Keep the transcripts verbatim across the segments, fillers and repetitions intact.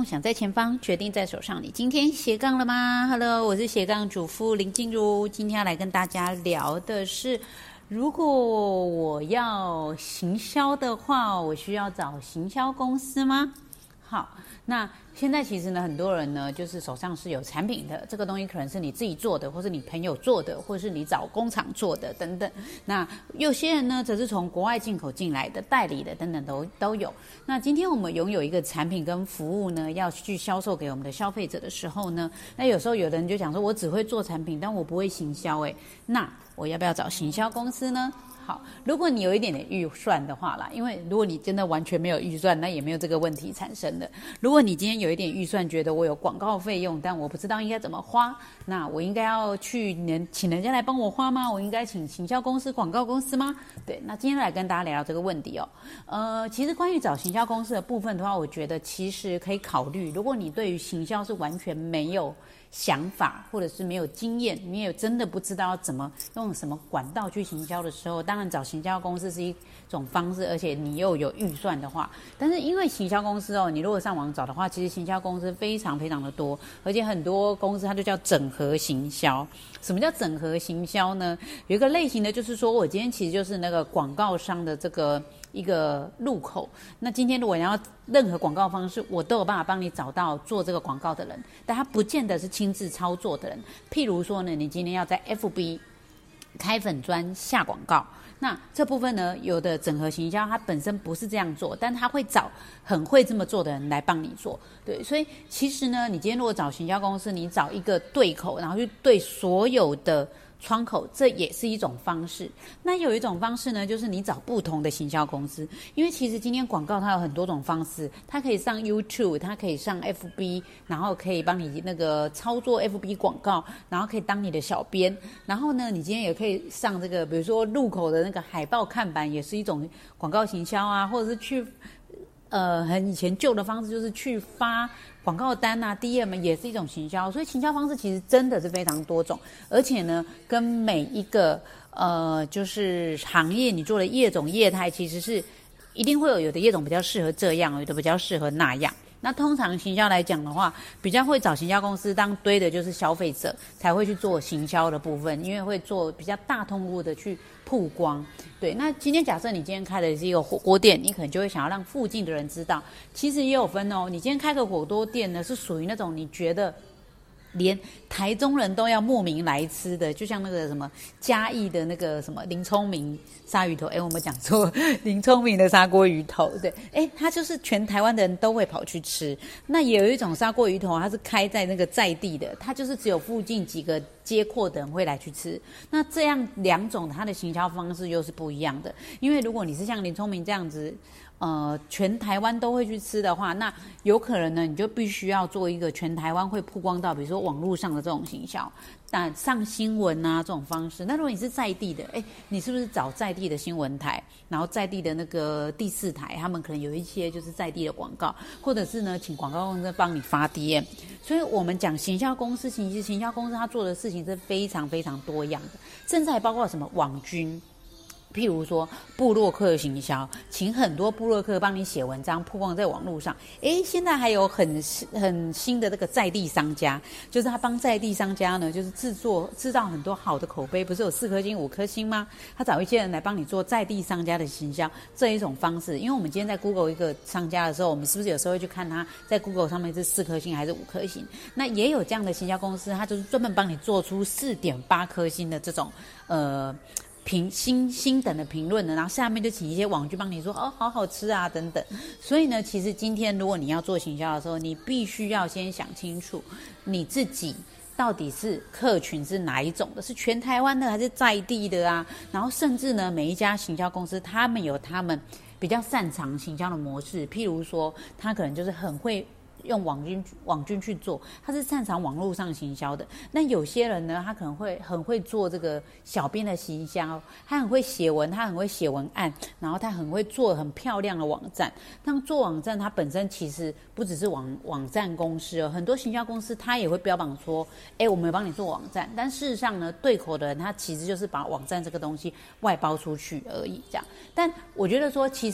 梦想在前方，决定在手上。你今天斜杠了吗 ？Hello， 我是斜杠主妇林静茹。今天要来跟大家聊的是，如果我要行销的话，我需要找行销公司吗？好，那现在其实呢，很多人呢，就是手上是有产品的，这个东西可能是你自己做的，或是你朋友做的，或是你找工厂做的等等。那有些人呢，则是从国外进口进来的、代理的等等都都有。那今天我们拥有一个产品跟服务呢，要去销售给我们的消费者的时候呢，那有时候有的人就讲说，我只会做产品，但我不会行销，诶，那我要不要找行销公司呢？好，如果你有一点点预算的话啦，因为如果你真的完全没有预算，那也没有这个问题产生的。如果你今天有一点预算，觉得我有广告费用，但我不知道应该怎么花，那我应该要去人请人家来帮我花吗？我应该请行销公司、广告公司吗？对，那今天来跟大家聊聊这个问题哦。呃，其实关于找行销公司的部分的话，我觉得其实可以考虑，如果你对于行销是完全没有想法，或者是没有经验，你也真的不知道要怎么用什么管道去行销的时候，当然找行销公司是一种方式，而且你又有预算的话，但是因为行销公司哦，你如果上网找的话，其实行销公司非常非常的多，而且很多公司它就叫整合行销。什么叫整合行销呢？有一个类型的就是说，我今天其实就是那个广告商的这个一个入口。那今天如果你要任何广告方式，我都有办法帮你找到做这个广告的人，但他不见得是亲自操作的人。譬如说呢，你今天要在 F B 开粉专下广告，那这部分呢，有的整合行销它本身不是这样做，但他会找很会这么做的人来帮你做。对，所以其实呢，你今天如果找行销公司，你找一个对口，然后去对所有的窗口，这也是一种方式。那有一种方式呢，就是你找不同的行销公司，因为其实今天广告它有很多种方式，它可以上 YouTube， 它可以上 F B， 然后可以帮你那个操作 F B 广告，然后可以当你的小编，然后呢，你今天也可以上这个，比如说入口的那个海报看板，也是一种广告行销啊，或者是去呃很以前旧的方式，就是去发广告单啊 D M 也是一种行销。所以行销方式其实真的是非常多种，而且呢跟每一个呃就是行业你做的业种业态，其实是一定会有有的业种比较适合这样，有的比较适合那样。那通常行销来讲的话，比较会找行销公司当堆的就是消费者才会去做行销的部分，因为会做比较大通路的去曝光。对，那今天假设你今天开的是一个火锅店，你可能就会想要让附近的人知道，其实也有分哦。你今天开个火锅店呢，是属于那种你觉得连台中人都要慕名来吃的，就像那个什么嘉义的那个什么林聪明鲨鱼头，哎，我们讲错，林聪明的砂锅鱼头，对，哎，它就是全台湾的人都会跑去吃。那也有一种砂锅鱼头，它是开在那个在地的，它就是只有附近几个街廓的人会来去吃。那这样两种它的行销方式又是不一样的，因为如果你是像林聪明这样子呃，全台湾都会去吃的话，那有可能呢，你就必须要做一个全台湾会曝光到，比如说网络上的这种行销，那上新闻啊这种方式。那如果你是在地的，哎，你是不是找在地的新闻台，然后在地的那个第四台，他们可能有一些就是在地的广告，或者是呢，请广告公司帮你发 D M。所以我们讲行销公司，其实行销公司它做的事情是非常非常多样的，甚至还包括什么网军。譬如说部落客行销，请很多部落客帮你写文章曝光在网络上。诶，现在还有很很新的这个在地商家，就是他帮在地商家呢，就是制作制造很多好的口碑，不是有四颗星五颗星吗？他找一些人来帮你做在地商家的行销，这一种方式。因为我们今天在 Google 一个商家的时候，我们是不是有时候会去看他在 Google 上面是四颗星还是五颗星？那也有这样的行销公司，他就是专门帮你做出 四点八颗星的这种呃评星星等的评论呢，然后下面就请一些网剧帮你说哦，好好吃啊等等。所以呢，其实今天如果你要做行销的时候，你必须要先想清楚你自己到底是客群是哪一种的，是全台湾的还是在地的啊？然后甚至呢，每一家行销公司他们有他们比较擅长行销的模式，譬如说他可能就是很会用网军网军去做，他是擅长网络上行销的。那有些人呢，他可能会很会做这个小编的行销，他很会写文，他很会写文案，然后他很会做很漂亮的网站。那做网站，它本身其实不只是网网站公司哦，很多行销公司他也会标榜说，哎，我们有帮你做网站，但事实上呢，对口的人他其实就是把网站这个东西外包出去而已，这样。但我觉得说，其实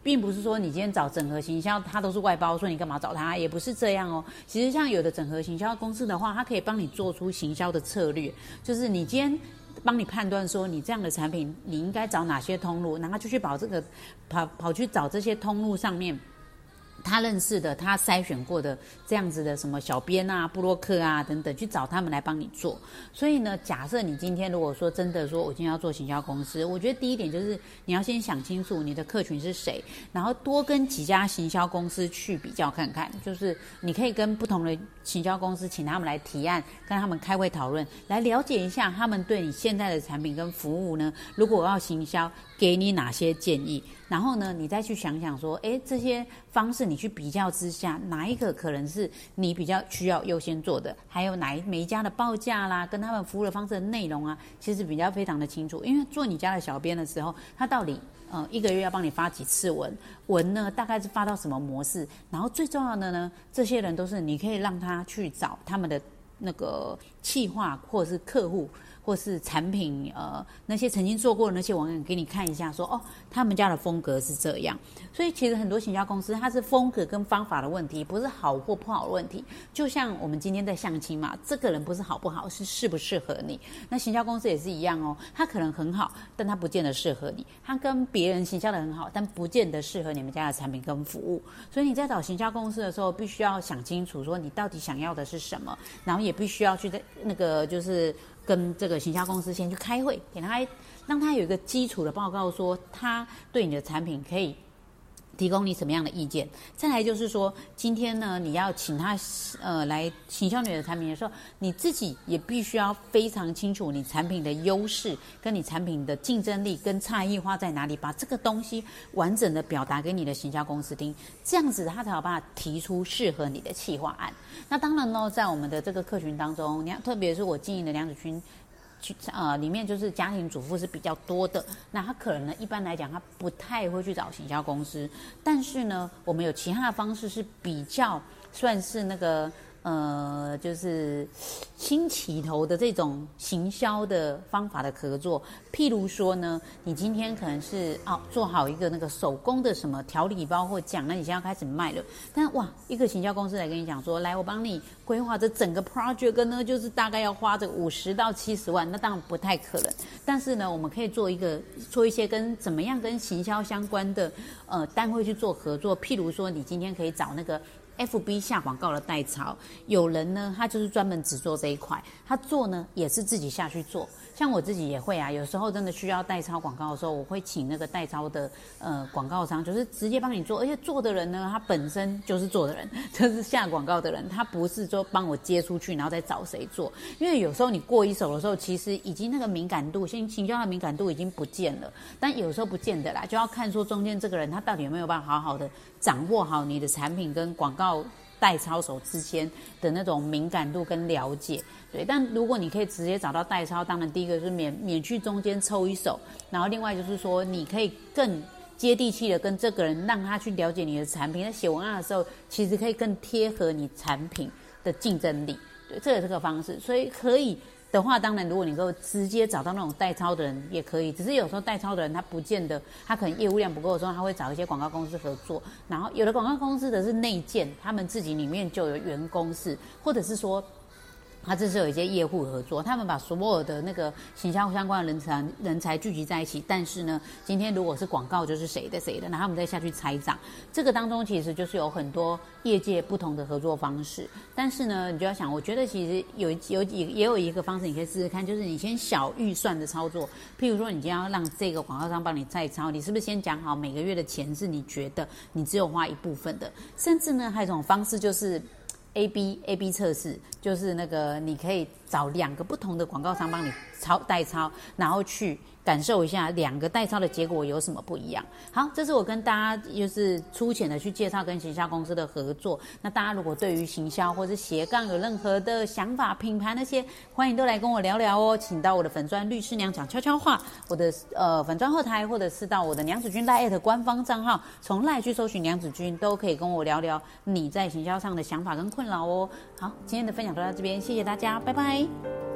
并不是说你今天找整合行销，它都是外包，说你干嘛找它，也不是这样哦。其实像有的整合行销公司的话，它可以帮你做出行销的策略，就是你今天帮你判断说你这样的产品你应该找哪些通路，然后就去跑这个跑跑去找这些通路上面他认识的他筛选过的这样子的什么小编啊部落客啊等等，去找他们来帮你做。所以呢，假设你今天如果说真的说我今天要做行销公司，我觉得第一点就是你要先想清楚你的客群是谁，然后多跟几家行销公司去比较看看，就是你可以跟不同的行销公司请他们来提案，跟他们开会讨论，来了解一下他们对你现在的产品跟服务呢，如果我要行销给你哪些建议，然后呢你再去想想说，诶，这些方式你去比较之下，哪一个可能是你比较需要优先做的，还有哪一每一家的报价啦，跟他们服务的方式的内容啊，其实比较非常的清楚。因为做你家的小编的时候，他到底呃一个月要帮你发几次文，文呢大概是发到什么模式，然后最重要的呢，这些人都是你可以让他去找他们的那个企划或者是客户或是产品，呃，那些曾经做过的那些网友给你看一下说，哦，他们家的风格是这样。所以其实很多行销公司它是风格跟方法的问题，不是好或不好的问题。就像我们今天在相亲嘛，这个人不是好不好，是适不适合你。那行销公司也是一样哦，他可能很好，但他不见得适合你。他跟别人行销的很好，但不见得适合你们家的产品跟服务。所以你在找行销公司的时候，必须要想清楚说你到底想要的是什么，然后也必须要去在那个就是跟这个行销公司先去开会，给他让他有一个基础的报告，说他对你的产品可以提供你什么样的意见。再来就是说，今天呢，你要请他呃来行销你的产品的时候，你自己也必须要非常清楚你产品的优势，跟你产品的竞争力跟差异化在哪里，把这个东西完整的表达给你的行销公司听，这样子他才有办法提出适合你的企划案。那当然呢，在我们的这个客群当中，你看，特别是我经营的娘子军。呃，里面就是家庭主妇是比较多的，那他可能呢，一般来讲他不太会去找行销公司，但是呢，我们有其他的方式是比较算是那个呃，就是新起头的这种行销的方法的合作。譬如说呢，你今天可能是哦做好一个那个手工的什么调理包或酱，那你现在要开始卖了，但哇，一个行销公司来跟你讲说，来我帮你规划这整个 project 呢，就是大概要花这个五十到七十万，那当然不太可能。但是呢，我们可以做一个做一些跟怎么样跟行销相关的呃单位去做合作，譬如说你今天可以找那个F B 下广告的代操，有人呢，他就是专门只做这一块，他做呢也是自己下去做。像我自己也会啊，有时候真的需要代操广告的时候，我会请那个代操的呃广告商，就是直接帮你做，而且做的人呢，他本身就是做的人，就是下广告的人，他不是说帮我接出去，然后再找谁做。因为有时候你过一手的时候，其实已经那个敏感度，行行销的敏感度已经不见了，但有时候不见得啦，就要看说中间这个人他到底有没有办法好好的掌握好你的产品跟广告代操手之间的那种敏感度跟了解。对，但如果你可以直接找到代操，当然第一个是免免去中间抽一手，然后另外就是说你可以更接地气的跟这个人让他去了解你的产品，在写文案的时候其实可以更贴合你产品的竞争力。对，这也是个方式。所以可以的话，当然如果你能够直接找到那种代操的人也可以，只是有时候代操的人他不见得，他可能业务量不够的时候，他会找一些广告公司合作，然后有的广告公司的是内建，他们自己里面就有员工室，或者是说他这是有一些业户合作，他们把所有的那个行销相关的人才人才聚集在一起，但是呢，今天如果是广告就是谁的谁的，然后他们再下去拆账，这个当中其实就是有很多业界不同的合作方式。但是呢，你就要想，我觉得其实有有也有一个方式你可以试试看，就是你先小预算的操作，譬如说你今天要让这个广告商帮你再操，你是不是先讲好每个月的钱是你觉得你只有花一部分的，甚至呢还有一种方式就是。A B A B 测试，就是那个你可以找两个不同的广告商帮你操代操，然后去感受一下两个代操的结果有什么不一样。好，这是我跟大家就是粗浅的去介绍跟行销公司的合作。那大家如果对于行销或是斜杠有任何的想法、品牌那些，欢迎都来跟我聊聊哦。请到我的粉专律师娘讲悄悄话，我的呃粉专后台，或者是到我的娘子军 LINE@ 官方账号，从 LINE 去搜寻娘子军，都可以跟我聊聊你在行销上的想法跟困扰哦。好，今天的分享就到这边，谢谢大家，拜拜。